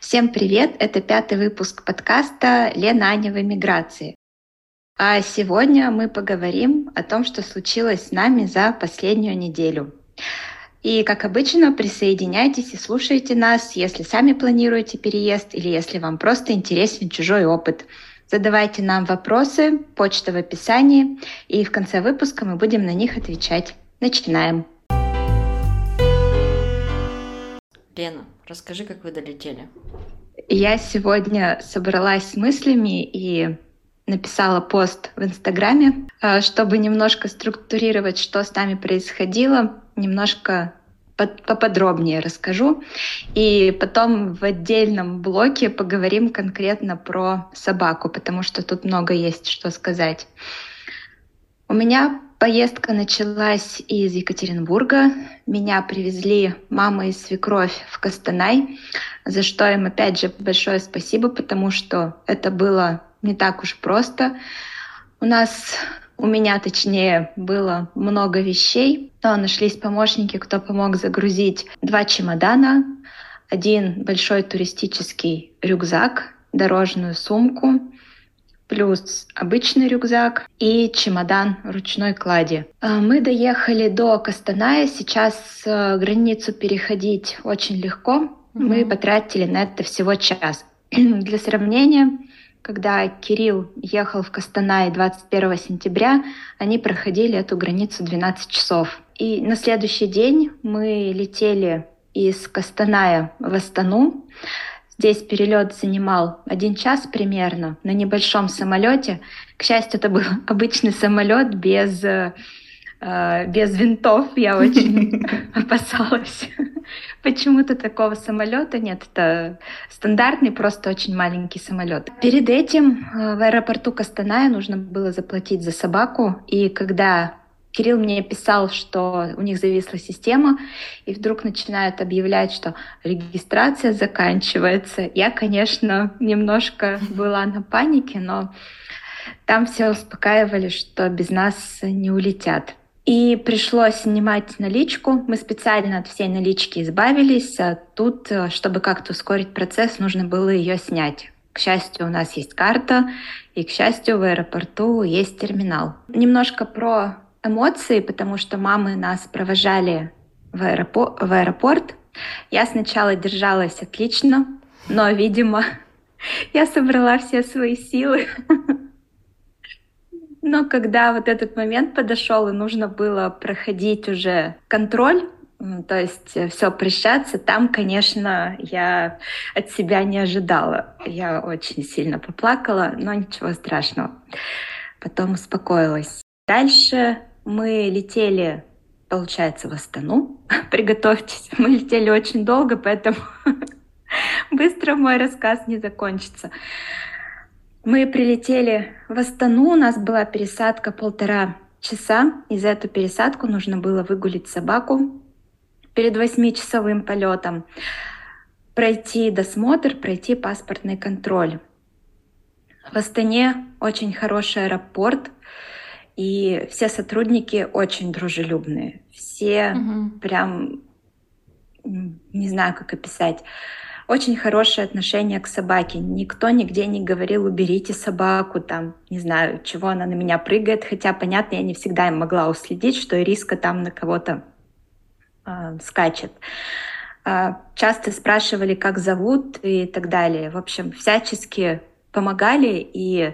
Всем привет! Это 5-й выпуск подкаста «Лена Аня в эмиграции». А сегодня мы поговорим о том, что случилось с нами за последнюю неделю. И, как обычно, присоединяйтесь и слушайте нас, если сами планируете переезд или если вам просто интересен чужой опыт. Задавайте нам вопросы, почта в описании, и в конце выпуска мы будем на них отвечать. Начинаем! Лена, расскажи, как вы долетели. Я сегодня собралась с мыслями и написала пост в Инстаграме, чтобы немножко структурировать, что с нами происходило, немножко поподробнее расскажу. И потом в отдельном блоке поговорим конкретно про собаку, потому что тут много есть что сказать. У меня поездка началась из Екатеринбурга. Меня привезли мама и свекровь в Костанай, за что им опять же большое спасибо, потому что это было не так уж просто. У меня, точнее, было много вещей, но нашлись помощники, кто помог загрузить 2 чемодана, 1 большой туристический рюкзак, дорожную сумку, плюс обычный рюкзак и чемодан ручной клади. Мы доехали до Костаная. Сейчас границу переходить очень легко. Мы потратили на это всего час. Для сравнения, когда Кирилл ехал в Костанай 21 сентября, они проходили эту границу 12 часов. И на следующий день мы летели из Костаная в Астану. Здесь перелет занимал 1 час примерно на небольшом самолете. К счастью, это был обычный самолет без винтов. Я очень опасалась. Почему-то такого самолета нет. Это стандартный, просто очень маленький самолет. Перед этим в аэропорту Костаная нужно было заплатить за собаку. И когда Кирилл мне писал, что у них зависла система, и вдруг начинают объявлять, что регистрация заканчивается. Я, конечно, немножко была на панике, но там все успокаивали, что без нас не улетят. И пришлось снимать наличку. Мы специально от всей налички избавились, а тут, чтобы как-то ускорить процесс, нужно было ее снять. К счастью, у нас есть карта, и, к счастью, в аэропорту есть терминал. Немножко про эмоции, потому что мамы нас провожали в аэропорт. Я сначала держалась отлично, но, видимо, я собрала все свои силы. Но когда вот этот момент подошел и нужно было проходить уже контроль, то есть все прощаться, там, конечно, я от себя не ожидала. Я очень сильно поплакала, но ничего страшного. Потом успокоилась. Дальше мы летели, получается, в Астану. Приготовьтесь, мы летели очень долго, поэтому быстро мой рассказ не закончится. Мы прилетели в Астану, у нас была пересадка 1,5 часа, и за эту пересадку нужно было выгулить собаку перед 8-часовым полетом, пройти досмотр, пройти паспортный контроль. В Астане очень хороший аэропорт, и все сотрудники очень дружелюбные. Все прям, не знаю, как описать, очень хорошее отношение к собаке. Никто нигде не говорил: уберите собаку, там, не знаю, чего она на меня прыгает. Хотя, понятно, я не всегда им могла уследить, что Ириска там на кого-то скачет. Часто спрашивали, как зовут и так далее. В общем, всячески помогали, и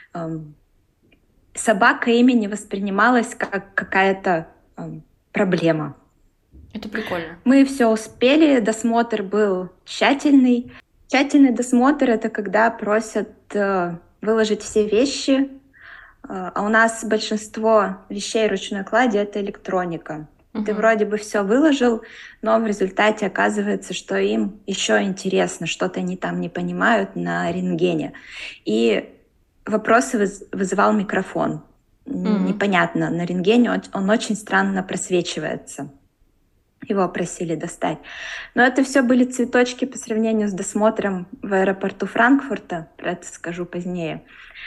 собака ими не воспринималась как какая-то проблема. Это прикольно. Мы все успели, досмотр был тщательный. Тщательный досмотр — это когда просят выложить все вещи, а у нас большинство вещей ручной клади — это электроника. Ты вроде бы все выложил, но в результате оказывается, что им еще интересно, что-то они там не понимают на рентгене. И вопросы вызывал микрофон. Непонятно, на рентгене он очень странно просвечивается. Его просили достать. Но это все были цветочки по сравнению с досмотром в аэропорту Франкфурта. Про это скажу позднее.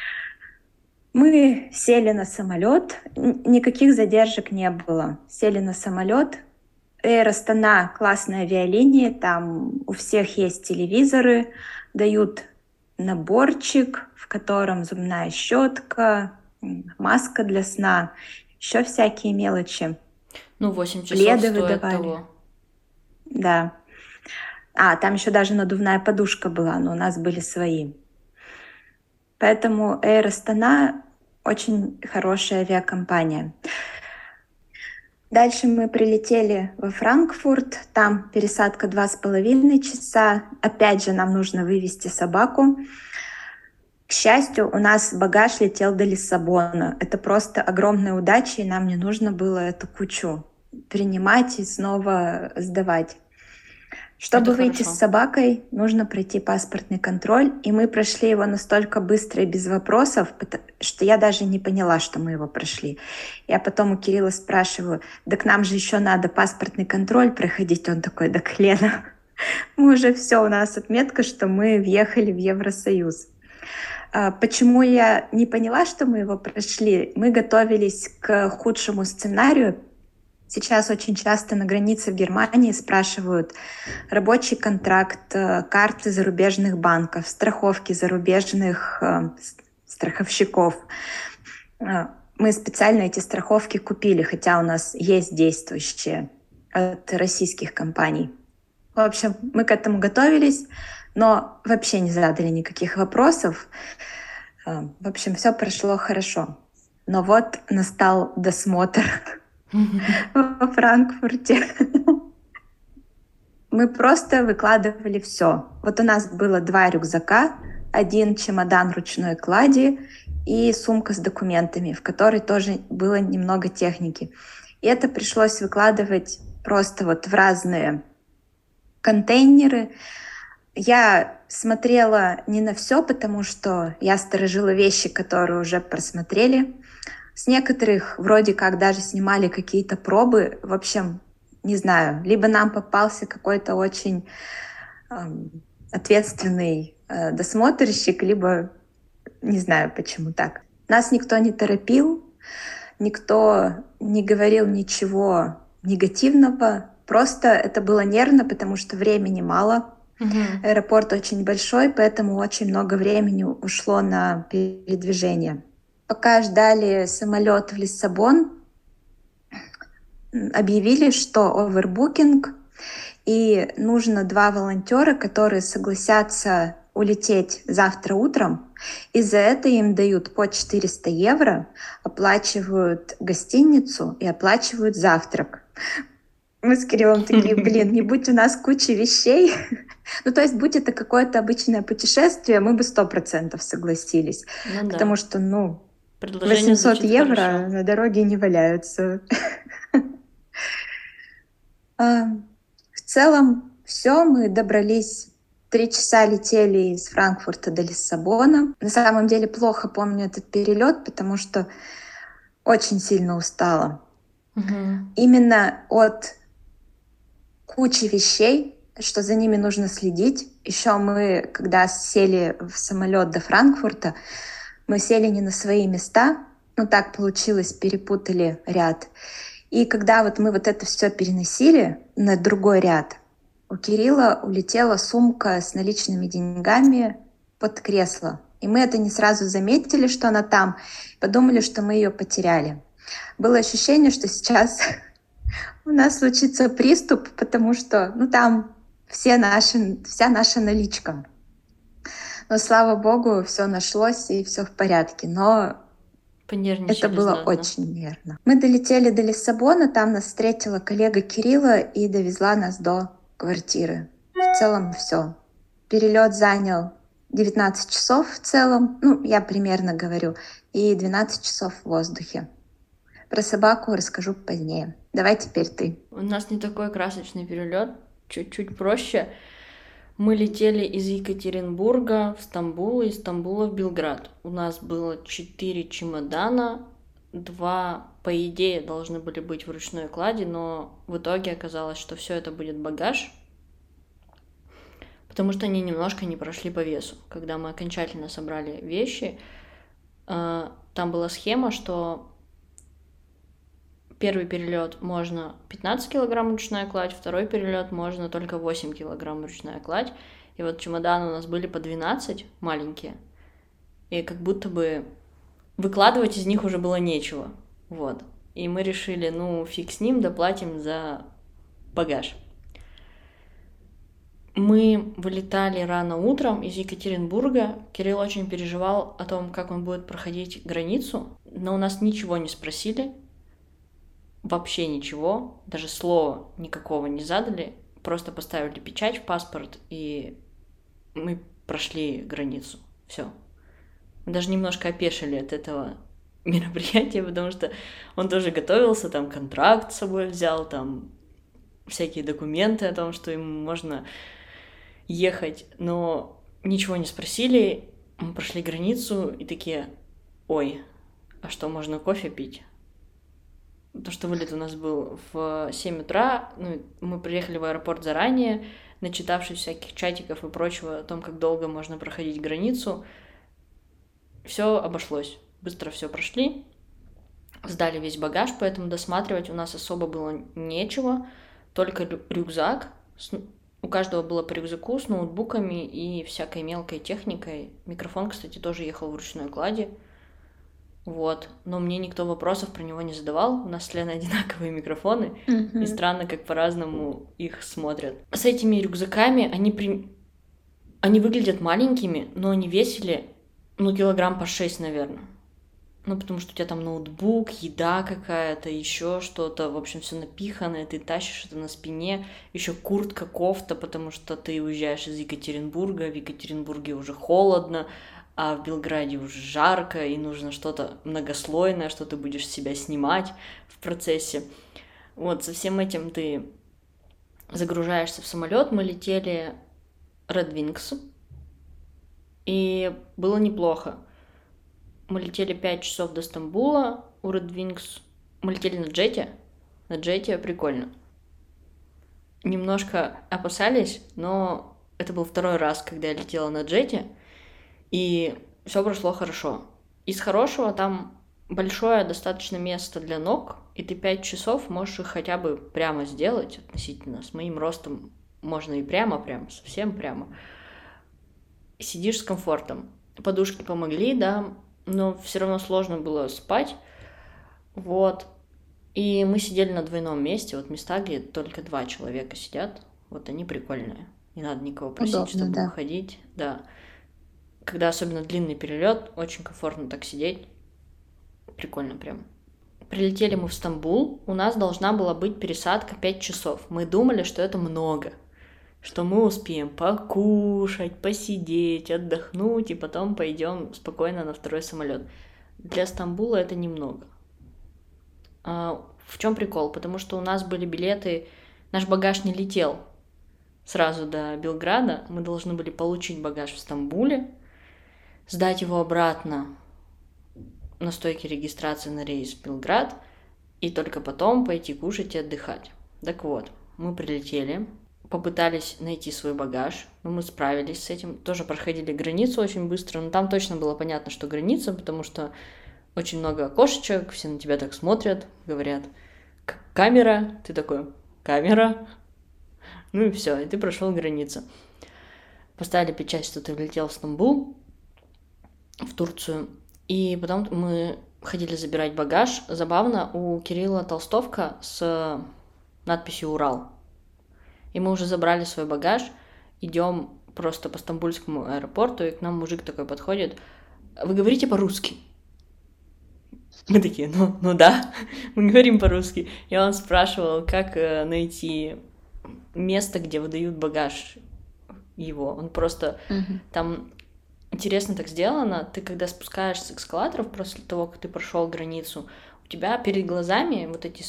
Мы сели на самолет, никаких задержек не было. Сели на самолет, Air Astana — классная авиалиния, там у всех есть телевизоры, дают наборчик, в котором зубная щетка, маска для сна, еще всякие мелочи. 8 часов Пледы стоит выдавали. того. Да. Там еще даже надувная подушка была, но у нас были свои. Поэтому Air Astana очень хорошая авиакомпания. Дальше мы прилетели во Франкфурт, там пересадка 2,5 часа. Опять же, нам нужно вывести собаку. К счастью, у нас багаж летел до Лиссабона. Это просто огромная удача, и нам не нужно было эту кучу принимать и снова сдавать. Это Чтобы выйти с хорошо. собакой, нужно пройти паспортный контроль, и мы прошли его настолько быстро и без вопросов, что я даже не поняла, что мы его прошли. Я потом у Кирилла спрашиваю: да к нам же еще надо паспортный контроль проходить. Он такой: да, Лена, мы уже все, у нас отметка, что мы въехали в Евросоюз. Почему я не поняла, что мы его прошли? Мы готовились к худшему сценарию. Сейчас очень часто на границе в Германии спрашивают рабочий контракт, карты зарубежных банков, страховки зарубежных страховщиков. Мы специально эти страховки купили, хотя у нас есть действующие от российских компаний. В общем, мы к этому готовились, но вообще не задали никаких вопросов. В общем, все прошло хорошо. Но вот настал досмотр во Франкфурте. Мы просто выкладывали все. Вот у нас было 2 рюкзака, 1 чемодан ручной клади и сумка с документами, в которой тоже было немного техники. И это пришлось выкладывать просто вот в разные контейнеры. Я смотрела не на все, потому что я сторожила вещи, которые уже просмотрели. С некоторых вроде как даже снимали какие-то пробы. В общем, не знаю, либо нам попался какой-то очень ответственный досмотрщик, либо не знаю, почему так. Нас никто не торопил, никто не говорил ничего негативного. Просто это было нервно, потому что времени мало. Аэропорт очень большой, поэтому очень много времени ушло на передвижение. Пока ждали самолет в Лиссабон, объявили, что овербукинг, и нужно 2 волонтера, которые согласятся улететь завтра утром, и за это им дают по 400 евро, оплачивают гостиницу и оплачивают завтрак. Мы с Кириллом такие: блин, не будь у нас кучи вещей. Ну, то есть, будь это какое-то обычное путешествие, мы бы 100% согласились. Ну Потому да. что, Предложение 800 звучит евро хорошо. на дороге не валяются. В целом все, мы добрались. 3 часа летели из Франкфурта до Лиссабона. На самом деле плохо помню этот перелет, потому что очень сильно устала. Именно от кучи вещей, что за ними нужно следить. Еще мы, когда сели в самолет до Франкфурта, мы сели не на свои места. Так получилось, перепутали ряд. И когда вот мы вот это все переносили на другой ряд, у Кирилла улетела сумка с наличными деньгами под кресло. И мы это не сразу заметили, что она там, подумали, что мы ее потеряли. Было ощущение, что сейчас у нас случится приступ, потому что там вся наша наличка. Но слава богу, все нашлось и все в порядке. Но это Понервничали было знатно. очень нервно. Мы долетели до Лиссабона, там нас встретила коллега Кирилла и довезла нас до квартиры. В целом все. Перелет занял 19 часов в целом, я примерно говорю, и 12 часов в воздухе. Про собаку расскажу позднее. Давай теперь ты. У нас не такой красочный перелет, чуть-чуть проще. Мы летели из Екатеринбурга в Стамбул, из Стамбула в Белград. У нас было 4 чемодана, 2, по идее, должны были быть в ручной клади, но в итоге оказалось, что все это будет багаж, потому что они немножко не прошли по весу. Когда мы окончательно собрали вещи, там была схема, что первый перелет можно 15 килограмм ручная кладь, второй перелет можно только 8 килограмм ручная кладь. И вот чемоданы у нас были по 12, маленькие, и как будто бы выкладывать из них уже было нечего. Вот. И мы решили, ну, фиг с ним, доплатим за багаж. Мы вылетали рано утром из Екатеринбурга. Кирилл очень переживал о том, как он будет проходить границу, но у нас ничего не спросили, вообще ничего, даже слова никакого не задали, просто поставили печать в паспорт, и мы прошли границу. Все. Мы даже немножко опешили от этого мероприятия, потому что он тоже готовился, там контракт с собой взял, там всякие документы о том, что ему можно ехать, но ничего не спросили, мы прошли границу и такие, ой, а что, можно кофе пить? То, что вылет у нас был в 7 утра, ну, мы приехали в аэропорт заранее, начитавшись всяких чатиков и прочего о том, как долго можно проходить границу, все обошлось, быстро все прошли, сдали весь багаж, поэтому досматривать у нас особо было нечего, только рюкзак, у каждого было по рюкзаку с ноутбуками и всякой мелкой техникой. Микрофон, кстати, тоже ехал в ручной клади. Вот. Но мне никто вопросов про него не задавал. У нас с Леной одинаковые микрофоны. И странно, как по-разному их смотрят. С этими рюкзаками они выглядят маленькими, но они весили, килограмм по 6, наверное. Потому что у тебя там ноутбук, еда какая-то, еще что-то, в общем, все напиханное, ты тащишь это на спине, еще куртка, кофта, потому что ты уезжаешь из Екатеринбурга, в Екатеринбурге уже холодно, а в Белграде уже жарко, и нужно что-то многослойное, что ты будешь себя снимать в процессе. Вот, со всем этим ты загружаешься в самолет. Мы летели Red Wings, и было неплохо. Мы летели 5 часов до Стамбула у Red Wings. Мы летели на джете. На джете прикольно. Немножко опасались, но это был второй раз, когда я летела на джете. И все прошло хорошо. Из хорошего там большое достаточно место для ног, и ты 5 часов можешь их хотя бы прямо сделать относительно. С моим ростом можно и прямо, совсем прямо. Сидишь с комфортом. Подушки помогли, да, но все равно сложно было спать. Вот. И мы сидели на двойном месте, вот места, где только 2 человека сидят, вот они прикольные. Не надо никого просить, удобно, чтобы да. Уходить. Да. Когда особенно длинный перелет, очень комфортно так сидеть. Прикольно прям. Прилетели мы в Стамбул, у нас должна была быть пересадка 5 часов. Мы думали, что это много, что мы успеем покушать, посидеть, отдохнуть, и потом пойдем спокойно на второй самолет. Для Стамбула это немного. В чем прикол? Потому что у нас были билеты, наш багаж не летел сразу до Белграда, мы должны были получить багаж в Стамбуле, сдать его обратно на стойке регистрации на рейс в Белград, и только потом пойти кушать и отдыхать. Так вот, мы прилетели, попытались найти свой багаж, но мы справились с этим, тоже проходили границу очень быстро, но там точно было понятно, что граница, потому что очень много окошечек, все на тебя так смотрят, говорят, камера, ты такой, камера, ну и все, и ты прошел границу. Поставили печать, что ты влетел в Стамбул, в Турцию, и потом мы ходили забирать багаж. Забавно, у Кирилла толстовка с надписью «Урал». И мы уже забрали свой багаж, идем просто по стамбульскому аэропорту, и к нам мужик такой подходит. Вы говорите по-русски? Мы такие, ну да, мы говорим по-русски. И он спрашивал, как найти место, где выдают багаж его. Он просто там интересно так сделано. Ты когда спускаешься с эскалаторов после того, как ты прошел границу, у тебя перед глазами вот эти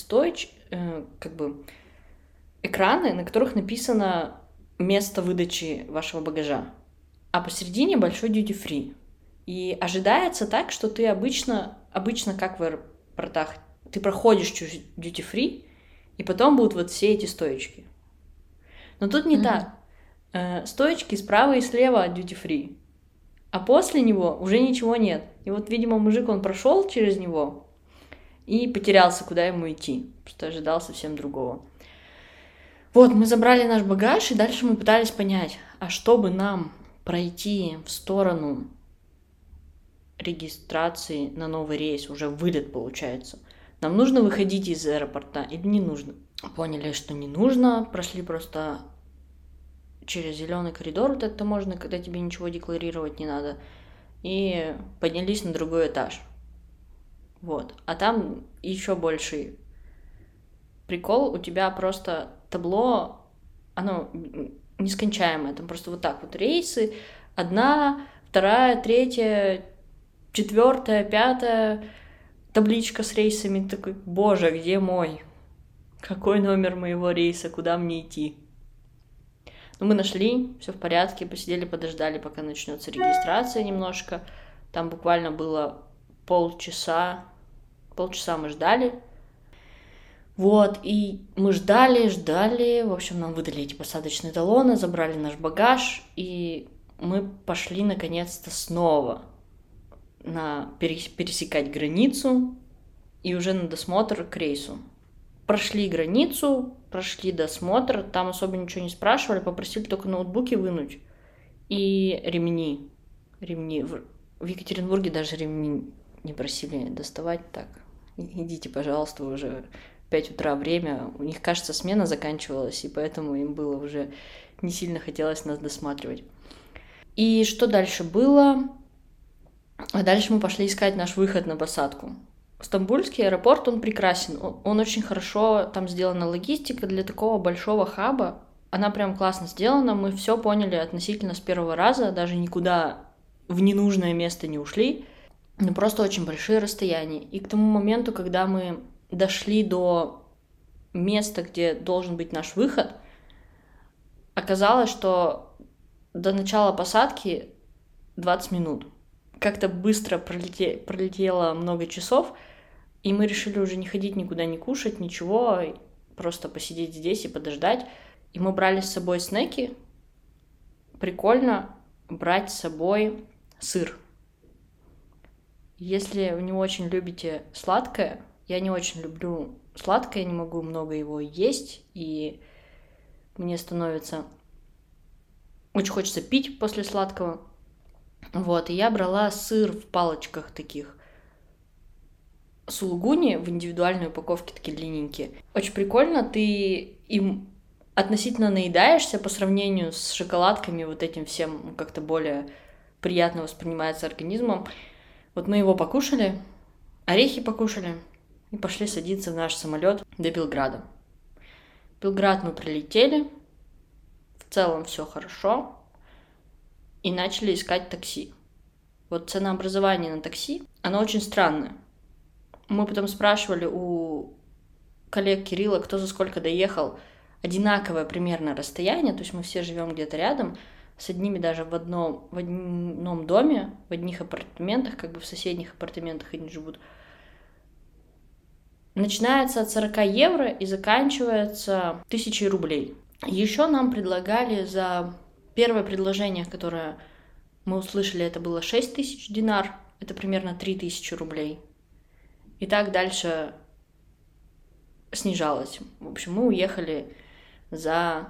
экраны, на которых написано место выдачи вашего багажа, а посередине большой duty-free. И ожидается так, что ты обычно как в аэропортах, ты проходишь чуть duty-free, и потом будут вот все эти стоечки. Но тут не так. Стоечки справа и слева от duty-free, а после него уже ничего нет. И вот, видимо, мужик, он прошел через него, и потерялся, куда ему идти, потому что ожидал совсем другого. Вот, мы забрали наш багаж, и дальше мы пытались понять, а чтобы нам пройти в сторону регистрации на новый рейс, уже вылет получается, нам нужно выходить из аэропорта или не нужно? Поняли, что не нужно, прошли просто через зеленый коридор, вот это можно, когда тебе ничего декларировать не надо, и поднялись на другой этаж. Вот, а там еще больший прикол, у тебя просто табло, оно нескончаемое, там просто вот так вот рейсы, 1, 2, 3, 4, 5, табличка с рейсами, такой, боже, где мой? Какой номер моего рейса, куда мне идти? Ну, мы нашли, все в порядке, посидели, подождали, пока начнется регистрация немножко. Там буквально было полчаса мы ждали. Вот, и мы ждали, в общем, нам выдали эти посадочные талоны, забрали наш багаж, и мы пошли наконец-то снова пересекать границу и уже на досмотр к рейсу. Прошли границу, прошли досмотр, там особо ничего не спрашивали, попросили только ноутбуки вынуть и ремни. В Екатеринбурге даже ремни не просили доставать, так, идите, пожалуйста, уже 5 утра время, у них, кажется, смена заканчивалась, и поэтому им было уже не сильно хотелось нас досматривать. И что дальше было? А дальше мы пошли искать наш выход на посадку. Стамбульский аэропорт, он прекрасен, он очень хорошо, там сделана логистика для такого большого хаба, она прям классно сделана, мы все поняли относительно с первого раза, даже никуда в ненужное место не ушли, но просто очень большие расстояния. И к тому моменту, когда мы дошли до места, где должен быть наш выход, оказалось, что до начала посадки 20 минут. Как-то быстро пролетело много часов, и мы решили уже не ходить никуда, не кушать, ничего, просто посидеть здесь и подождать. И мы брали с собой снеки. Прикольно брать с собой сыр. Если вы не очень любите сладкое, я не очень люблю сладкое, не могу много его есть, и мне становится... Очень хочется пить после сладкого. Вот, и я брала сыр в палочках таких. Сулугуни в индивидуальной упаковке, такие длинненькие. Очень прикольно, ты им относительно наедаешься по сравнению с шоколадками, вот этим всем как-то более приятно воспринимается организмом. Вот мы его покушали, орехи покушали и пошли садиться в наш самолет до Белграда. В Белград мы прилетели, в целом все хорошо, и начали искать такси. Вот ценообразование на такси, оно очень странное. Мы потом спрашивали у коллег Кирилла, кто за сколько доехал, одинаковое примерно расстояние, то есть мы все живем где-то рядом, с одними даже в одном доме, в одних апартаментах, как бы в соседних апартаментах они живут. Начинается от 40 евро и заканчивается 1000 рублей. Еще нам предлагали за первое предложение, которое мы услышали, это было 6000 динар, это примерно 3000 рублей. И так дальше снижалось. В общем, мы уехали за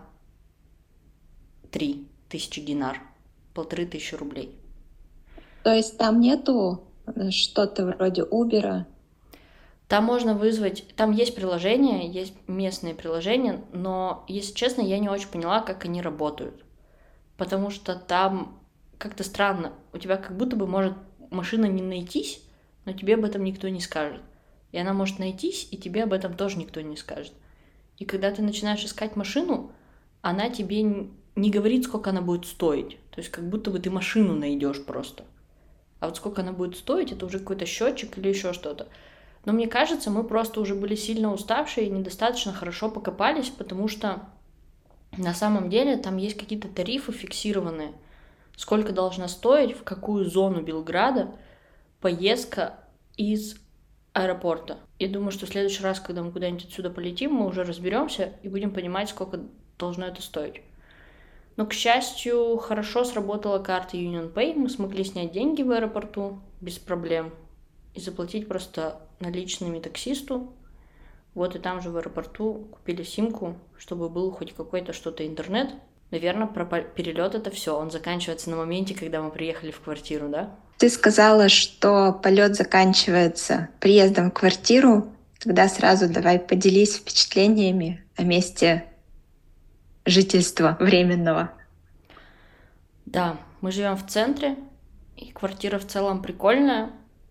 3000 динар, 1500 рублей. То есть там нету что-то вроде Uber? Там можно вызвать, там есть приложения, есть местные приложения, но, если честно, я не очень поняла, как они работают. Потому что там как-то странно, у тебя как будто бы может машина не найтись, но тебе об этом никто не скажет. И она может найтись, и тебе об этом тоже никто не скажет. И когда ты начинаешь искать машину, она тебе не говорит, сколько она будет стоить. То есть как будто бы ты машину найдешь просто. А вот сколько она будет стоить, это уже какой-то счетчик или еще что-то. Но мне кажется, мы просто уже были сильно уставшие и недостаточно хорошо покопались, потому что на самом деле там есть какие-то тарифы фиксированные. Сколько должна стоить, в какую зону Белграда поездка из аэропорта. Я думаю, что в следующий раз, когда мы куда-нибудь отсюда полетим, мы уже разберемся и будем понимать, сколько должно это стоить. Но, к счастью, хорошо сработала карта UnionPay, мы смогли снять деньги в аэропорту без проблем. и заплатить просто наличными таксисту. Вот и там же в аэропорту купили симку, чтобы был хоть какой-то что-то интернет. Наверное, про перелет это все. Он заканчивается на моменте, когда мы приехали в квартиру, да? Ты сказала, что полет заканчивается приездом в квартиру. Тогда сразу давай поделись впечатлениями о месте жительства временного. Да, мы живем в центре, и квартира в целом прикольная.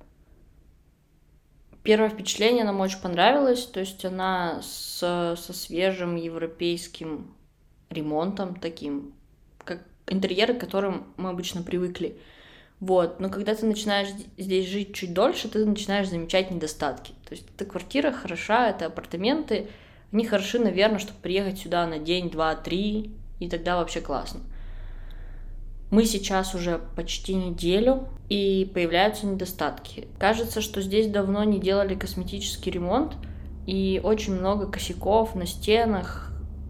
Первое впечатление нам очень понравилось, то есть она со свежим европейским ремонтом таким, как интерьеры, к которым мы обычно привыкли. Вот, но когда ты начинаешь здесь жить чуть дольше, ты начинаешь замечать недостатки. То есть эта квартира хороша, это апартаменты, они хороши, наверное, чтобы приехать сюда на день, два, три, и тогда вообще классно. Мы сейчас уже почти неделю, и появляются недостатки. Кажется, что здесь давно не делали косметический ремонт, и очень много косяков на стенах,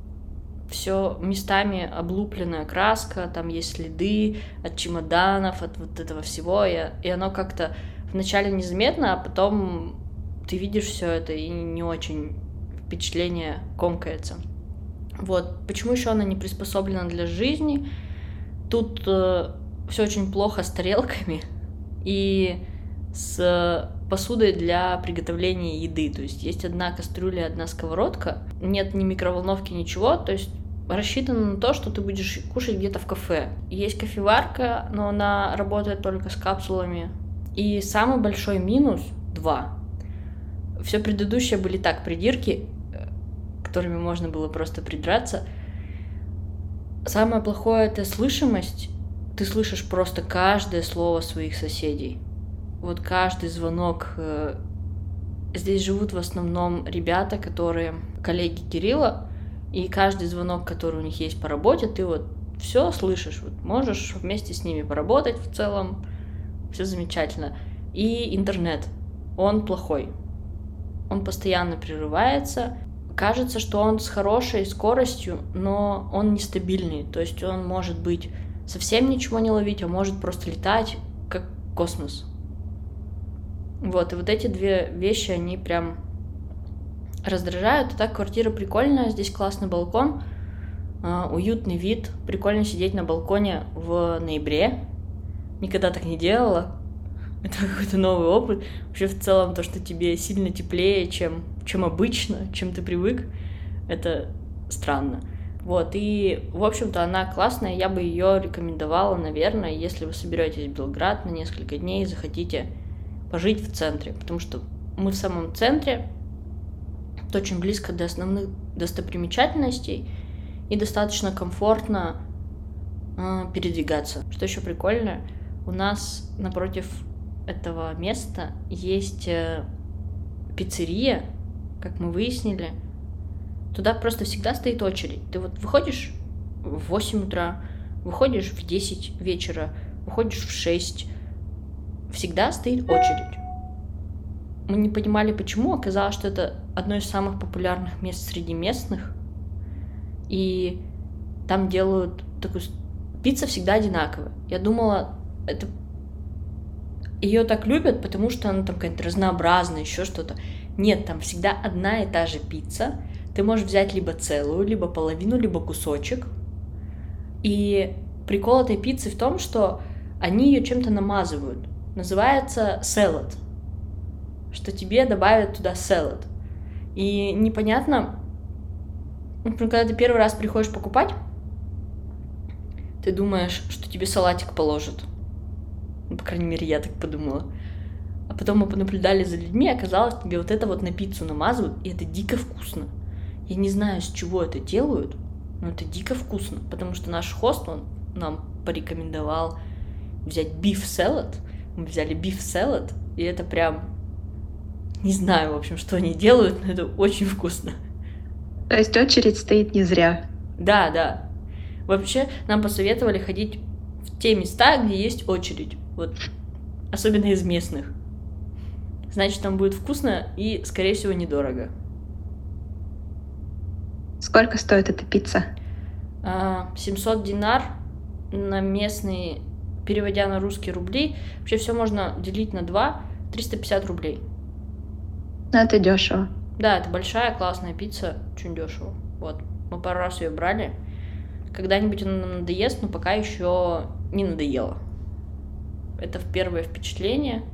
все местами облупленная краска, там есть следы от чемоданов, от вот этого всего, и оно как-то вначале незаметно, а потом ты видишь все это, и не очень впечатление комкается. Вот. Почему еще она не приспособлена для жизни? Тут все очень плохо с тарелками и с посудой для приготовления еды. То есть есть одна кастрюля, одна сковородка, нет ни микроволновки, ничего. То есть рассчитано на то, что ты будешь кушать где-то в кафе. Есть кофеварка, но она работает только с капсулами. И самый большой минус — 2. Все предыдущие были так, придирки, которыми можно было просто придраться. Самое плохое — это слышимость. Ты слышишь просто каждое слово своих соседей. Вот каждый звонок. Здесь живут в основном ребята, которые коллеги Кирилла, и каждый звонок, который у них есть по работе, ты вот все слышишь. Вот можешь вместе с ними поработать в целом. Все замечательно. И интернет. Он плохой. Он постоянно прерывается. Кажется, что он с хорошей скоростью, но он нестабильный. То есть он может быть совсем ничего не ловить, а может просто летать, как космос. Вот, и вот эти две вещи, они прям раздражают. А так, квартира прикольная, здесь классный балкон, уютный вид. Прикольно сидеть на балконе в ноябре. Никогда так не делала. Это какой-то новый опыт. Вообще, в целом, то, что тебе сильно теплее, чем обычно, чем ты привык, это странно. Вот, и, в общем-то, она классная, я бы ее рекомендовала, наверное, если вы соберетесь в Белград на несколько дней и захотите пожить в центре, потому что мы в самом центре, это очень близко до основных достопримечательностей и достаточно комфортно передвигаться. Что еще прикольно, у нас напротив этого места есть пиццерия, как мы выяснили. Туда просто всегда стоит очередь. Ты вот выходишь в 8 утра, выходишь в 10 вечера, выходишь в 6. Всегда стоит очередь. Мы не понимали, почему. Оказалось, что это одно из самых популярных мест среди местных. И там делают такую... Пицца всегда одинаковая. Я думала, это... Ее так любят, потому что она там какая-то разнообразная, еще что-то. Нет, там всегда одна и та же пицца. Ты можешь взять либо целую, либо половину, либо кусочек. И прикол этой пиццы в том, что они ее чем-то намазывают. Называется салат. Что тебе добавят туда салат. И непонятно, например, когда ты первый раз приходишь покупать, ты думаешь, что тебе салатик положат. Ну, по крайней мере, я так подумала. А потом мы понаблюдали за людьми, оказалось, тебе вот это вот на пиццу намазывают, и это дико вкусно. Я не знаю, с чего это делают, но это дико вкусно, потому что наш хост, он нам порекомендовал взять биф-салат. Мы взяли биф-салат, и это прям... Не знаю, в общем, что они делают, но это очень вкусно. То есть очередь стоит не зря. Да, да. Вообще, нам посоветовали ходить в те места, где есть очередь. Вот. Особенно из местных. Значит, там будет вкусно и, скорее всего, недорого. Сколько стоит эта пицца? 700 динар на местные, переводя на русские рубли. Вообще все можно делить на 2. 350 рублей. Ну, это дешево. Да, это большая классная пицца, очень дешево. Вот, мы пару раз ее брали. Когда-нибудь она нам надоест, но пока еще не надоело. Это первое впечатление.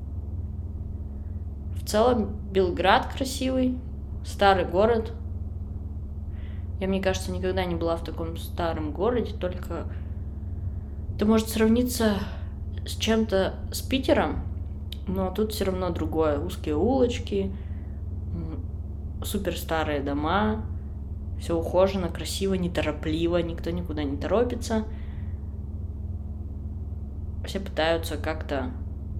В целом, Белград красивый, старый город. Я, мне кажется, никогда не была в таком старом городе, только это может сравниться с чем-то с Питером, но тут все равно другое. Узкие улочки, супер старые дома, все ухожено, красиво, неторопливо, никто никуда не торопится. Все пытаются как-то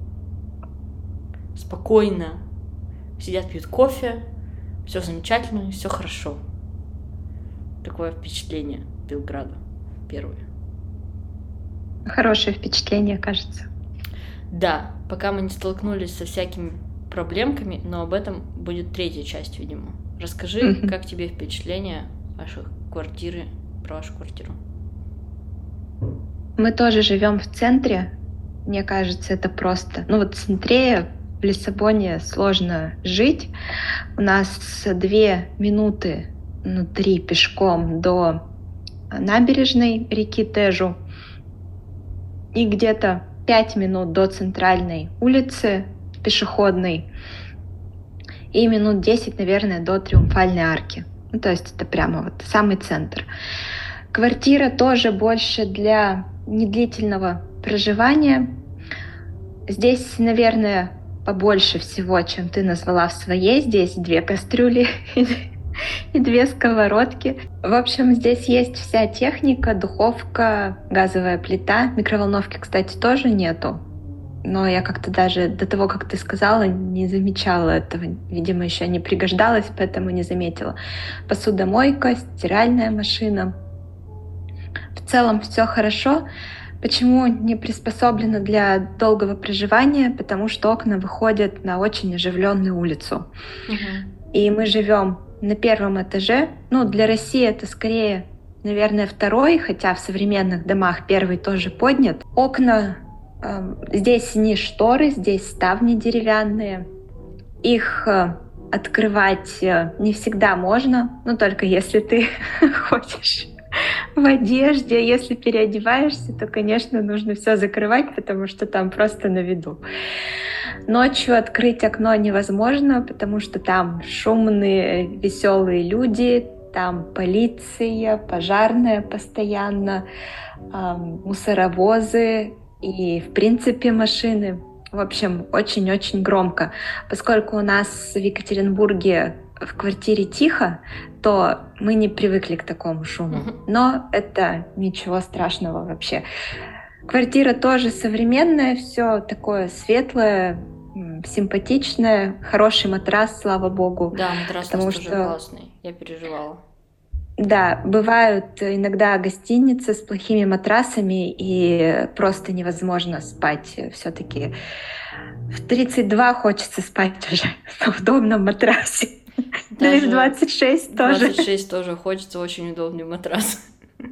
спокойно сидят, пьют кофе, все замечательно, все хорошо. Такое впечатление Белграда первое. Хорошее впечатление, кажется. Да, пока мы не столкнулись со всякими проблемками, но об этом будет третья часть, видимо. Расскажи, как тебе впечатление вашей квартиры, про вашу квартиру. Мы тоже живем в центре. Мне кажется, это просто. Ну вот в центре в Лиссабоне сложно жить. У нас 2 минуты, 3 пешком до набережной реки Тежу и где-то 5 минут до центральной улицы пешеходной и минут 10, наверное, до Триумфальной арки. Ну, то есть это прямо вот самый центр. Квартира тоже больше для недлительного проживания. Здесь, наверное, побольше всего, чем ты назвала в своей. Здесь 2 кастрюли и 2 сковородки. В общем, здесь есть вся техника, духовка, газовая плита. Микроволновки, кстати, тоже нету. Но я как-то даже до того, как ты сказала, не замечала этого. Видимо, еще не пригождалась, поэтому не заметила. Посудомойка, стиральная машина. В целом все хорошо. Почему не приспособлено для долгого проживания? Потому что окна выходят на очень оживленную улицу. И мы живем на 1 этаже. Ну, для России это скорее, наверное, 2, хотя в современных домах 1 тоже поднят. Окна здесь не шторы, здесь ставни деревянные. Их открывать не всегда можно, но только если ты ходишь в одежде. Если переодеваешься, то, конечно, нужно все закрывать, потому что там просто на виду. Ночью открыть окно невозможно, потому что там шумные, веселые люди, там полиция, пожарная постоянно, мусоровозы и, в принципе, машины. В общем, очень-очень громко. Поскольку у нас в Екатеринбурге в квартире тихо, то мы не привыкли к такому шуму. Но это ничего страшного вообще. Квартира тоже современная, все такое светлое, симпатичное, хороший матрас, слава богу. Да, матрас у нас тоже классный, я переживала. Да, бывают иногда гостиницы с плохими матрасами, и просто невозможно спать. Все-таки в 32 хочется спать уже на удобном матрасе. Да и в 26 тоже. 26 тоже хочется, очень удобный матрас.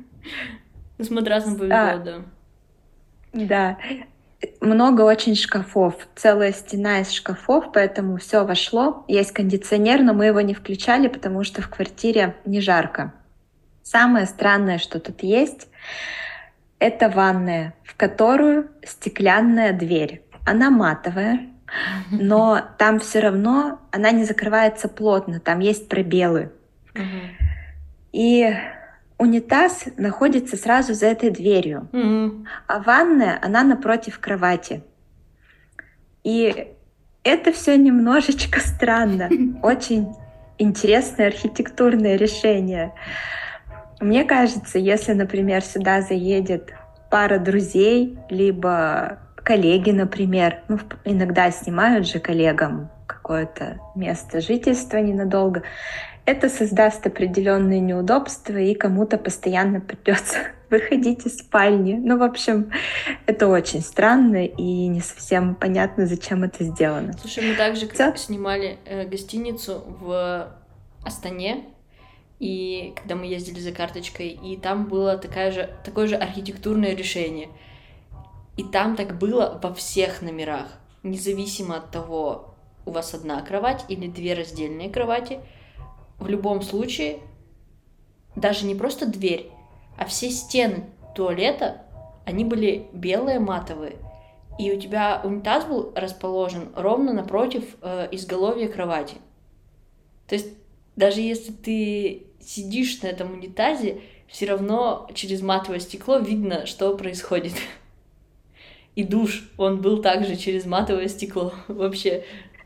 С матрасом повезло, да. Да. Много очень шкафов, целая стена из шкафов, поэтому все вошло. Есть кондиционер, но мы его не включали, потому что в квартире не жарко. Самое странное, что тут есть, это ванная, в которую стеклянная дверь. Она матовая, но там все равно она не закрывается плотно, там есть пробелы. И унитаз находится сразу за этой дверью, а ванная, она напротив кровати. И это все немножечко странно. Очень интересное архитектурное решение. Мне кажется, если, например, сюда заедет пара друзей, либо коллеги, например, иногда снимают же коллегам какое-то место жительства ненадолго, это создаст определенные неудобства, и кому-то постоянно придется выходить из спальни. В общем, это очень странно, и не совсем понятно, зачем это сделано. Слушай, мы также снимали гостиницу в Астане, и когда мы ездили за карточкой, и там было такое же архитектурное решение. И там так было во всех номерах. независимо от того, у вас одна кровать или две раздельные кровати, в любом случае, даже не просто дверь, а все стены туалета, они были белые, матовые. И у тебя унитаз был расположен ровно напротив изголовья кровати. То есть даже если ты сидишь на этом унитазе, все равно через матовое стекло видно, что происходит. И душ, он был также через матовое стекло. Вообще.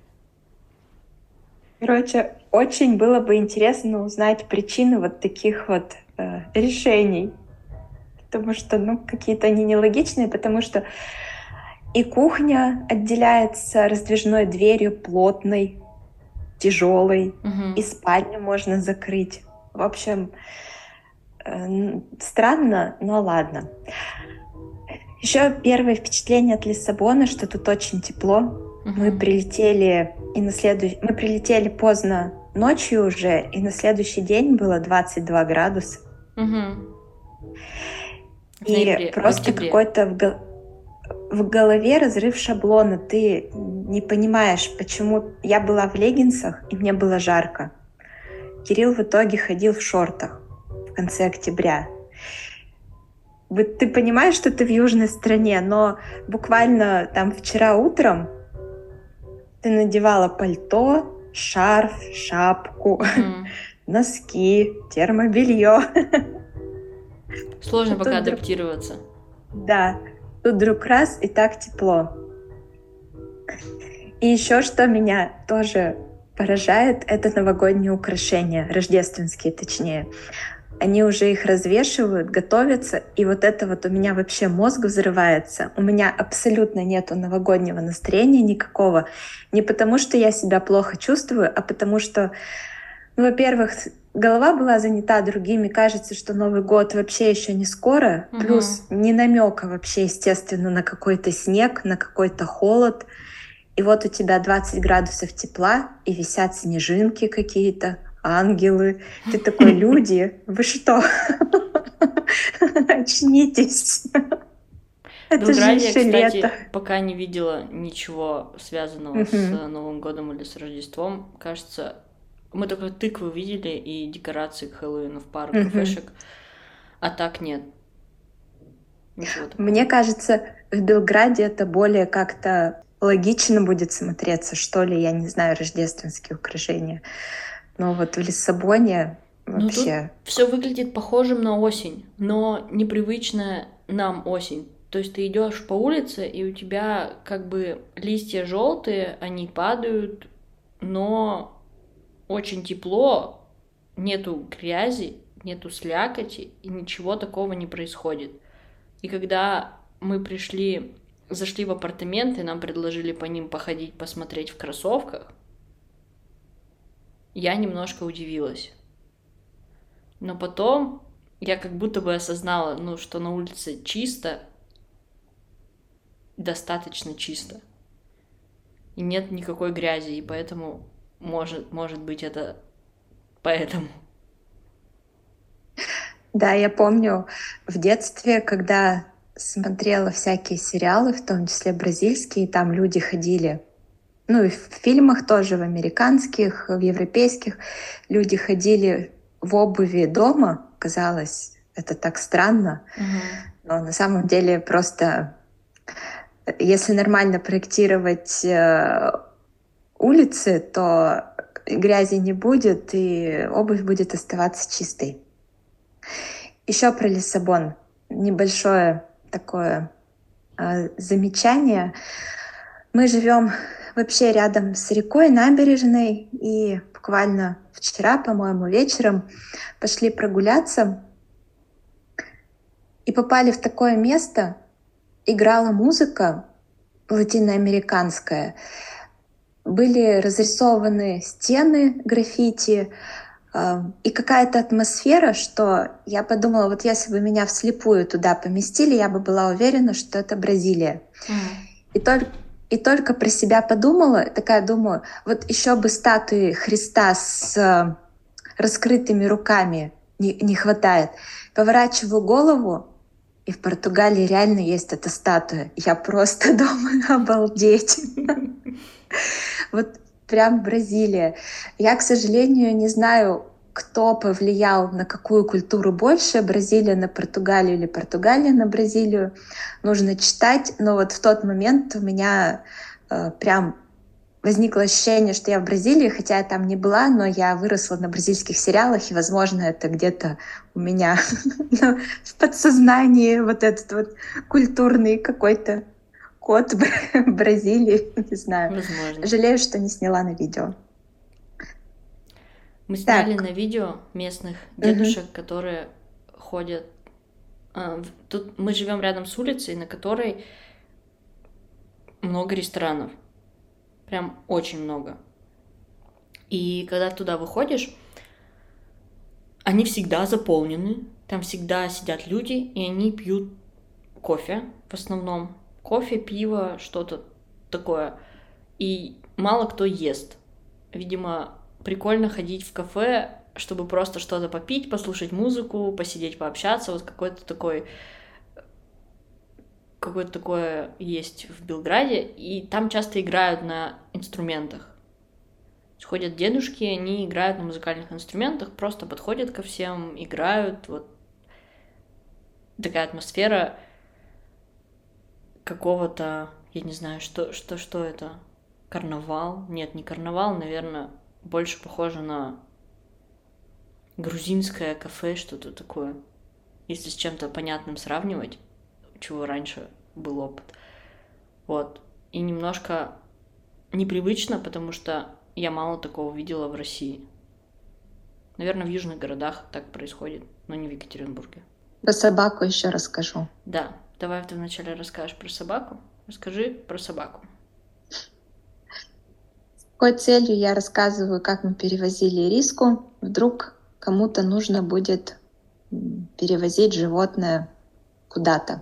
Короче, очень было бы интересно узнать причины вот таких вот решений. Потому что, какие-то они нелогичные, потому что и кухня отделяется раздвижной дверью, плотной, тяжелой, и спальню можно закрыть. В общем, странно, но ладно. Еще первое впечатление от Лиссабона, что тут очень тепло. Мы прилетели поздно ночью уже, и на следующий день было 22 градуса. И просто какой-то в голове разрыв шаблона. Ты не понимаешь, почему я была в леггинсах, и мне было жарко. Кирилл в итоге ходил в шортах в конце октября. Ты понимаешь, что ты в южной стране, но буквально там вчера утром ты надевала пальто, шарф, шапку, носки, термобелье. Сложно пока адаптироваться. Да, тут вдруг раз и так тепло. И еще что меня тоже поражает, это новогодние украшения, рождественские точнее. Они уже их развешивают, готовятся, и вот это вот у меня вообще мозг взрывается. У меня абсолютно нету новогоднего настроения никакого. Не потому, что я себя плохо чувствую, а потому что, во-первых, голова была занята другими, кажется, что Новый год вообще еще не скоро, плюс ни намека вообще, естественно, на какой-то снег, на какой-то холод. И вот у тебя 20 градусов тепла, и висят снежинки какие-то, ангелы. Ты такой: люди, вы что? Очнитесь. Это же еще лето. Пока не видела ничего связанного с Новым годом или с Рождеством. Кажется, мы только тыквы видели и декорации к Хэллоуину в пару кафешек, а так нет. Мне кажется, в Белграде это более как-то логично будет смотреться, что ли, я не знаю, рождественские украшения. Но вот в Лиссабоне вообще... Тут все выглядит похожим на осень, но непривычная нам осень. То есть ты идешь по улице, и у тебя как бы листья желтые, они падают, но очень тепло, нету грязи, нету слякоти, и ничего такого не происходит. И когда мы зашли в апартаменты, нам предложили по ним походить, посмотреть в кроссовках, я немножко удивилась. Но потом я как будто бы осознала, что на улице чисто, достаточно чисто. И нет никакой грязи, и поэтому, может быть, это поэтому. Да, я помню в детстве, когда смотрела всякие сериалы, в том числе бразильские, там люди ходили, и в фильмах тоже, в американских, в европейских, люди ходили в обуви дома. Казалось, это так странно. Но на самом деле просто, если нормально проектировать улицы, то грязи не будет, и обувь будет оставаться чистой. Еще про Лиссабон. Небольшое такое замечание. Мы живем вообще рядом с рекой, набережной, и буквально вчера, по-моему, вечером пошли прогуляться и попали в такое место. Играла музыка латиноамериканская, были разрисованы стены граффити, и какая-то атмосфера, что я подумала, вот если бы меня вслепую туда поместили, я бы была уверена, что это Бразилия. И только про себя подумала, такая думаю, вот еще бы статуи Христа с раскрытыми руками не хватает. Поворачиваю голову, И в Португалии реально есть эта статуя. Я просто думаю, обалдеть. Вот прям Бразилия. Я, к сожалению, не знаю, кто повлиял на какую культуру больше, Бразилия на Португалию или Португалия на Бразилию. Нужно читать, но вот в тот момент у меня прям возникло ощущение, что я в Бразилии, хотя я там не была, но я выросла на бразильских сериалах, и, возможно, это где-то у меня в подсознании вот этот вот культурный какой-то код Бразилии, не знаю. Возможно. Жалею, что не сняла на видео. Мы сняли Так, на видео местных дедушек, которые ходят. Тут мы живем рядом с улицей, на которой много ресторанов. Прям очень много. И когда туда выходишь, они всегда заполнены. Там всегда сидят люди, и они пьют кофе в основном. Кофе, пиво, что-то такое. И мало кто ест. Видимо, прикольно ходить в кафе, чтобы просто что-то попить, послушать музыку, посидеть, пообщаться. Вот какое-то такое есть в Белграде. И там часто играют на инструментах. Ходят дедушки, они играют на музыкальных инструментах, просто подходят ко всем, играют. Вот такая атмосфера какого-то, я не знаю, что это? Карнавал? Нет, не карнавал, наверное, больше похоже на грузинское кафе, что-то такое. Если с чем-то понятным сравнивать, у чего раньше был опыт. Вот. И немножко непривычно, потому что я мало такого видела в России. Наверное, в южных городах так происходит, но не в Екатеринбурге. про собаку еще расскажу. Да, давай ты вначале расскажешь про собаку. Расскажи про собаку. С какой целью я рассказываю, как мы перевозили ириску? Вдруг кому-то нужно будет перевозить животное куда-то.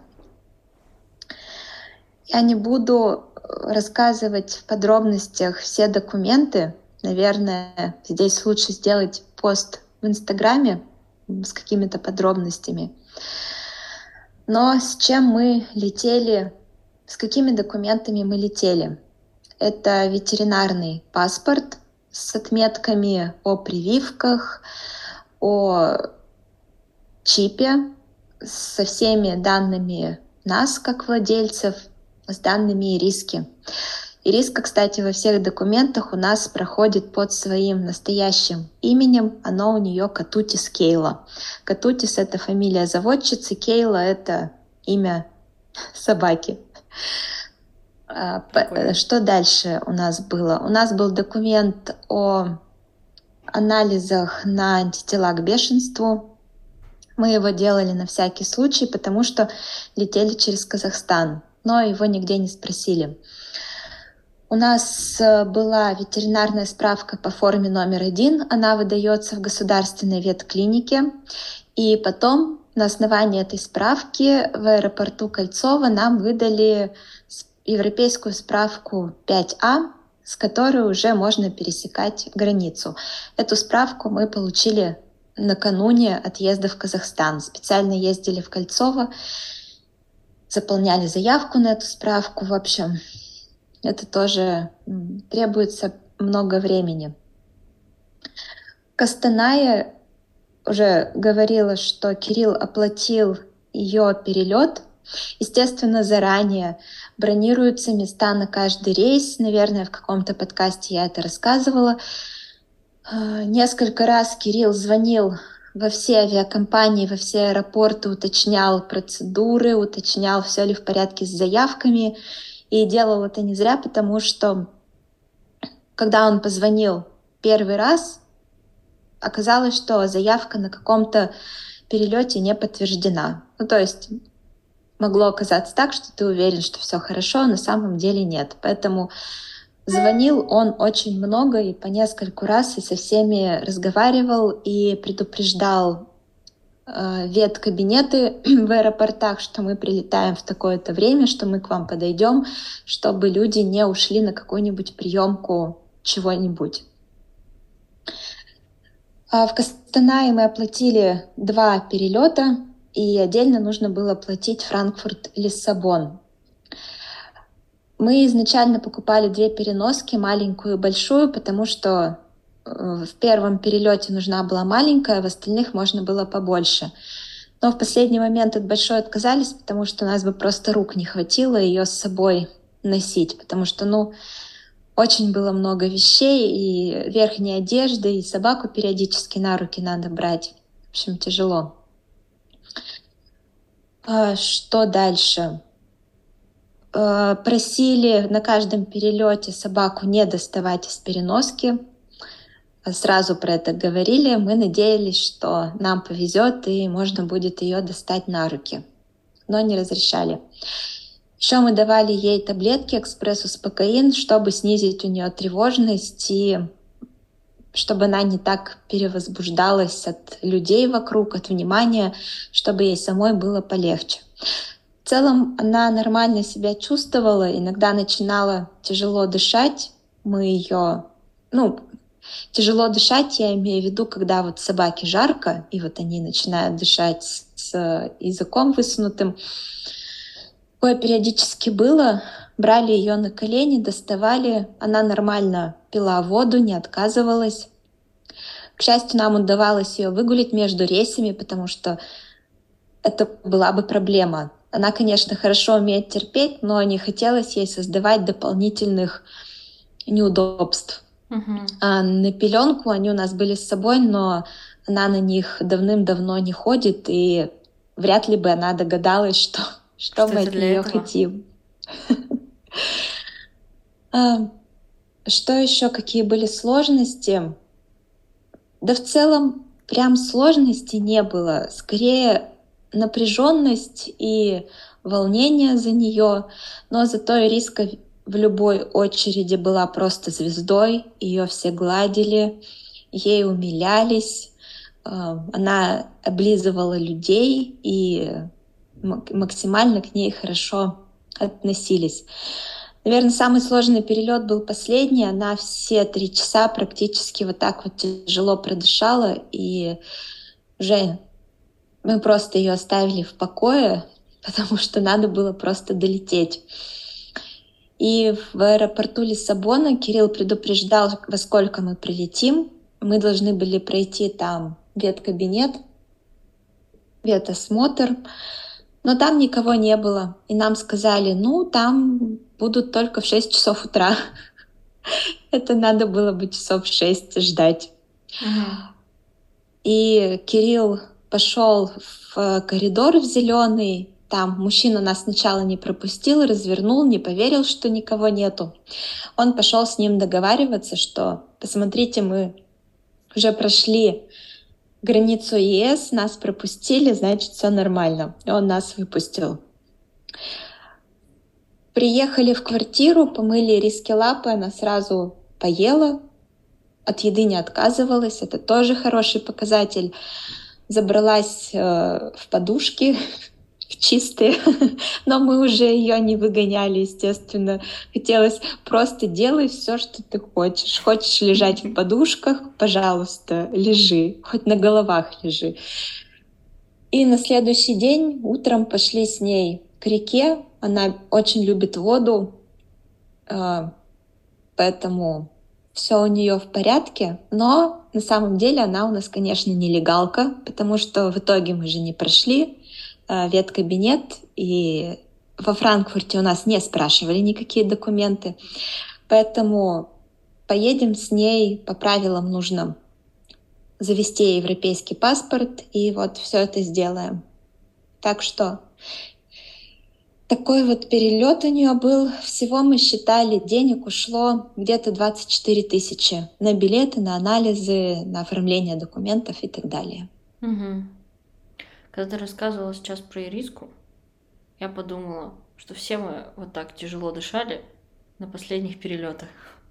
Я не буду рассказывать в подробностях все документы. Наверное, здесь лучше сделать пост в Инстаграме с какими-то подробностями. Но с чем мы летели, с какими документами мы летели? Это ветеринарный паспорт с отметками о прививках, о чипе, со всеми данными нас, как владельцев, с данными ириски. Ириска, кстати, во всех документах у нас проходит под своим настоящим именем. Оно у нее Катутис Кейла. Катутис — это фамилия заводчицы, Кейла — это имя собаки. Прикольно. Что дальше у нас было? У нас был документ о анализах на антитела к бешенству. Мы его делали на всякий случай, потому что летели через Казахстан, но его нигде не спросили. У нас была ветеринарная справка по форме номер 1. Она выдается в государственной ветклинике. И потом на основании этой справки в аэропорту Кольцово нам выдали европейскую справку 5А, с которой уже можно пересекать границу. Эту справку мы получили накануне отъезда в Казахстан. Специально ездили в Кольцово, заполняли заявку на эту справку. В общем, это тоже требуется много времени. Костаная уже говорила, что Кирилл оплатил ее перелет. Естественно, заранее бронируются места на каждый рейс. Наверное, в каком-то подкасте я это рассказывала. Несколько раз Кирилл звонил во все авиакомпании, во все аэропорты, уточнял процедуры, уточнял, все ли в порядке с заявками. И делал это не зря, потому что когда он позвонил первый раз, оказалось, что заявка на каком-то перелете не подтверждена. Ну, то есть могло оказаться так, что ты уверен, что все хорошо, а на самом деле нет. Поэтому звонил он очень много и по нескольку раз, и со всеми разговаривал, и предупреждал веткабинеты в аэропортах, что мы прилетаем в такое-то время, что мы к вам подойдем, чтобы люди не ушли на какую-нибудь приемку чего-нибудь. В Костанае мы оплатили 2 перелета. и отдельно нужно было платить Франкфурт-Лиссабон. Мы изначально покупали 2 переноски, маленькую и большую, потому что в первом перелете нужна была маленькая, в остальных можно было побольше. Но в последний момент от большой отказались, потому что у нас бы просто рук не хватило ее с собой носить, потому что, очень было много вещей, и верхней одежды, и собаку периодически на руки надо брать. В общем, тяжело. Что дальше? Просили на каждом перелете собаку не доставать из переноски. Сразу про это говорили. Мы надеялись, что нам повезет и можно будет ее достать на руки, но не разрешали. Еще мы давали ей таблетки экспресс-успокоин, чтобы снизить у нее тревожность и чтобы она не так перевозбуждалась от людей вокруг, от внимания, чтобы ей самой было полегче. В целом она нормально себя чувствовала, иногда начинала тяжело дышать. Тяжело дышать, я имею в виду, когда вот собаке жарко, и вот они начинают дышать с языком высунутым. Такое периодически было. Брали ее на колени, доставали. Она нормально пила воду, не отказывалась. К счастью, нам удавалось ее выгулить между рейсами, потому что это была бы проблема. Она, конечно, хорошо умеет терпеть, но не хотелось ей создавать дополнительных неудобств. На пеленку они у нас были с собой, но она на них давным-давно не ходит, и вряд ли бы она догадалась, что мы от нее хотим. Что еще? Какие были сложности? Да в целом прям сложностей не было. Скорее напряженность и волнение за нее, но зато Ириска в любой очереди была просто звездой, ее все гладили, ей умилялись, она облизывала людей и максимально к ней хорошо относились. Наверное, самый сложный перелет был последний. Она все 3 часа практически вот так вот тяжело продышала, и уже мы просто ее оставили в покое, потому что надо было просто долететь. И в аэропорту Лиссабона Кирилл предупреждал, во сколько мы прилетим. Мы должны были пройти там веткабинет, ветосмотр, но там никого не было. И нам сказали, там будут только в 6 часов утра. Это надо было бы часов 6 ждать. И Кирилл пошел в коридор в зеленый. Там мужчина нас сначала не пропустил, развернул, не поверил, что никого нету. Он пошел с ним договариваться, что посмотрите, мы уже прошли границу ЕС, нас пропустили, значит, все нормально. И он нас выпустил. Приехали в квартиру, помыли Ириске лапы, она сразу поела, от еды не отказывалась, это тоже хороший показатель. Забралась в подушки, в чистые, но мы уже ее не выгоняли, естественно. Хотелось просто делай все, что ты хочешь. Хочешь лежать в подушках, пожалуйста, лежи, хоть на головах лежи. И на следующий день утром пошли с ней к реке. Она очень любит воду, поэтому все у нее в порядке. Но на самом деле она у нас, конечно, нелегалка, потому что в итоге мы же не прошли веткабинет, и во Франкфурте у нас не спрашивали никакие документы. Поэтому поедем с ней, по правилам нужно завести европейский паспорт, и вот все это сделаем. Так что такой вот перелет у нее был. Всего мы считали, денег ушло где-то 24 тысячи на билеты, на анализы, на оформление документов и так далее. Когда ты рассказывала сейчас про Ириску, я подумала, что все мы вот так тяжело дышали на последних перелетах.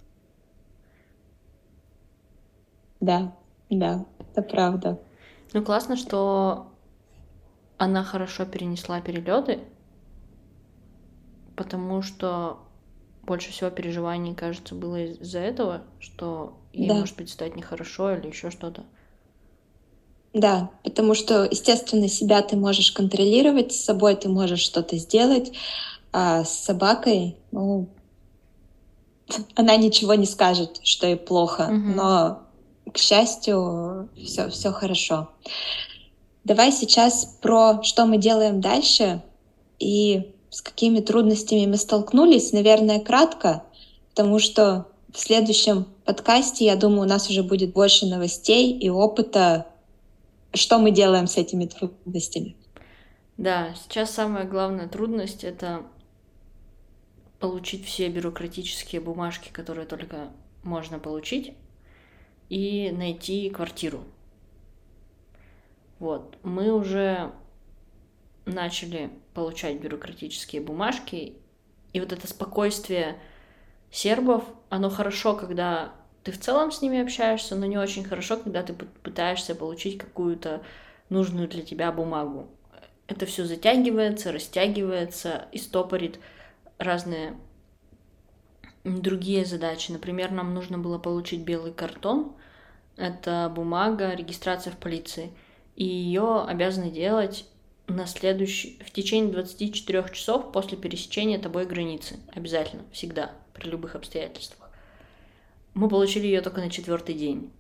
Да, это правда. Классно, что она хорошо перенесла перелеты, потому что больше всего переживаний, кажется, было из-за этого, что ей, может быть, стать нехорошо или еще что-то. Да, потому что, естественно, себя ты можешь контролировать, с собой ты можешь что-то сделать, а с собакой, ну, она ничего не скажет, что ей плохо, Мгм. но, к счастью, все хорошо. Давай сейчас про что мы делаем дальше и с какими трудностями мы столкнулись, наверное, кратко, потому что в следующем подкасте, я думаю, у нас уже будет больше новостей и опыта, что мы делаем с этими трудностями. Да, сейчас самая главная трудность — это получить все бюрократические бумажки, которые только можно получить, и найти квартиру. Вот, мы уже начали получать бюрократические бумажки, и вот это спокойствие сербов, оно хорошо, когда ты в целом с ними общаешься, но не очень хорошо, когда ты пытаешься получить какую-то нужную для тебя бумагу. Это все затягивается, растягивается и стопорит разные другие задачи. Например, нам нужно было получить белый картон. Это бумага, регистрация в полиции. И ее обязаны делать в течение 24 часов после пересечения тобой границы. Обязательно, всегда, при любых обстоятельствах. Мы получили ее только на 4-й день.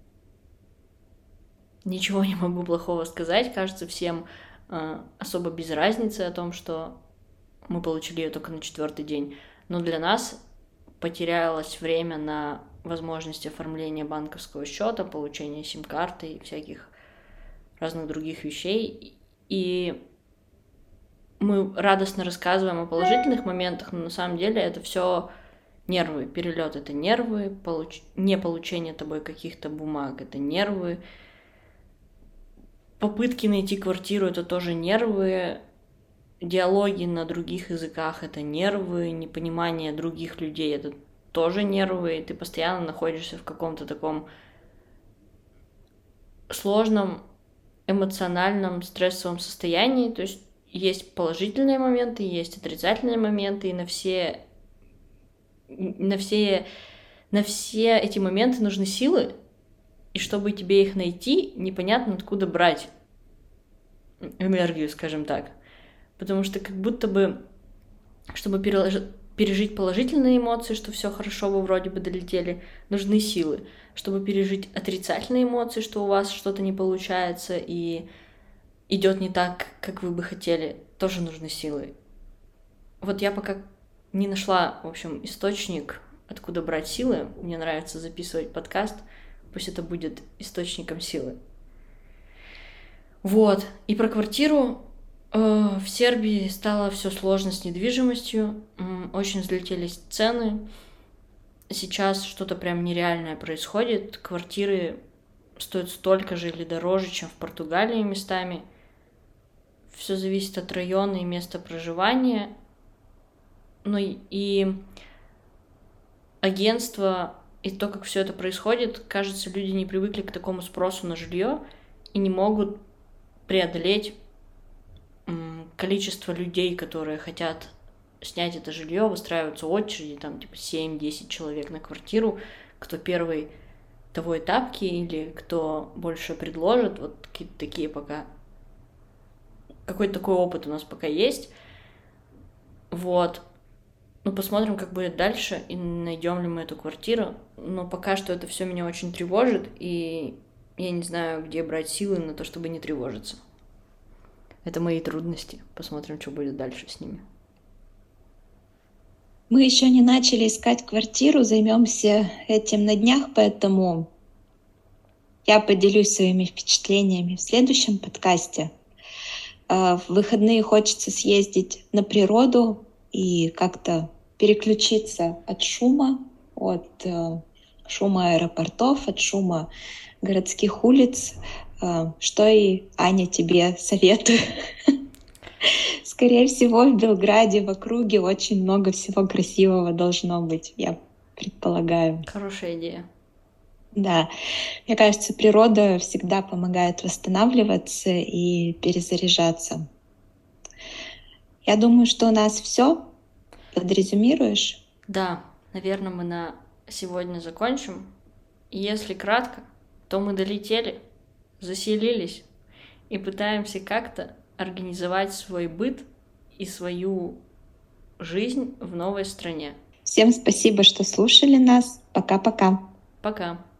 Ничего не могу плохого сказать. Кажется, всем особо без разницы о том, что мы получили ее только на 4-й день. Но для нас потерялось время на возможность оформления банковского счета, получения сим-карты и всяких разных других вещей. И мы радостно рассказываем о положительных моментах, но на самом деле это все нервы. Перелет — это нервы, не получение тобой каких-то бумаг — это нервы. Попытки найти квартиру — это тоже нервы. Диалоги на других языках — это нервы. Непонимание других людей — это тоже нервы. И ты постоянно находишься в каком-то таком сложном эмоциональном стрессовом состоянии. То есть есть положительные моменты, есть отрицательные моменты, и на все, на все эти моменты нужны силы, и чтобы тебе их найти, непонятно откуда брать энергию, скажем так. Потому что как будто бы, чтобы пережить положительные эмоции, что все хорошо, вы вроде бы долетели, нужны силы. Чтобы пережить отрицательные эмоции, что у вас что-то не получается и идет не так, как вы бы хотели, тоже нужны силы. Вот я пока не нашла, в общем, источник, откуда брать силы. Мне нравится записывать подкаст, пусть это будет источником силы. Вот. И про квартиру. В Сербии стало все сложно с недвижимостью. Очень взлетели цены. Сейчас что-то прям нереальное происходит. Квартиры стоят столько же или дороже, чем в Португалии местами. Все зависит от района и места проживания. Ну и агентство и то, как все это происходит, кажется, люди не привыкли к такому спросу на жилье и не могут преодолеть количество людей, которые хотят снять это жилье, выстраиваются очереди, там типа 7-10 человек на квартиру, кто первый, того и тапки, или кто больше предложит, вот какие-то такие пока. Какой-то такой опыт у нас пока есть. Вот. Ну, посмотрим, как будет дальше, и найдем ли мы эту квартиру. Но пока что это все меня очень тревожит, и я не знаю, где брать силы на то, чтобы не тревожиться. Это мои трудности. Посмотрим, что будет дальше с ними. Мы еще не начали искать квартиру, займемся этим на днях, поэтому я поделюсь своими впечатлениями в следующем подкасте. В выходные хочется съездить на природу и как-то переключиться от шума, от шума аэропортов, от шума городских улиц, что и Аня тебе советую. Скорее всего, в Белграде, в округе очень много всего красивого должно быть, я предполагаю. Хорошая идея. Да, мне кажется, природа всегда помогает восстанавливаться и перезаряжаться. Я думаю, что у нас все. Подрезюмируешь? Да, наверное, мы на сегодня закончим. И если кратко, то мы долетели, заселились, и пытаемся как-то организовать свой быт и свою жизнь в новой стране. Всем спасибо, что слушали нас. Пока-пока. Пока.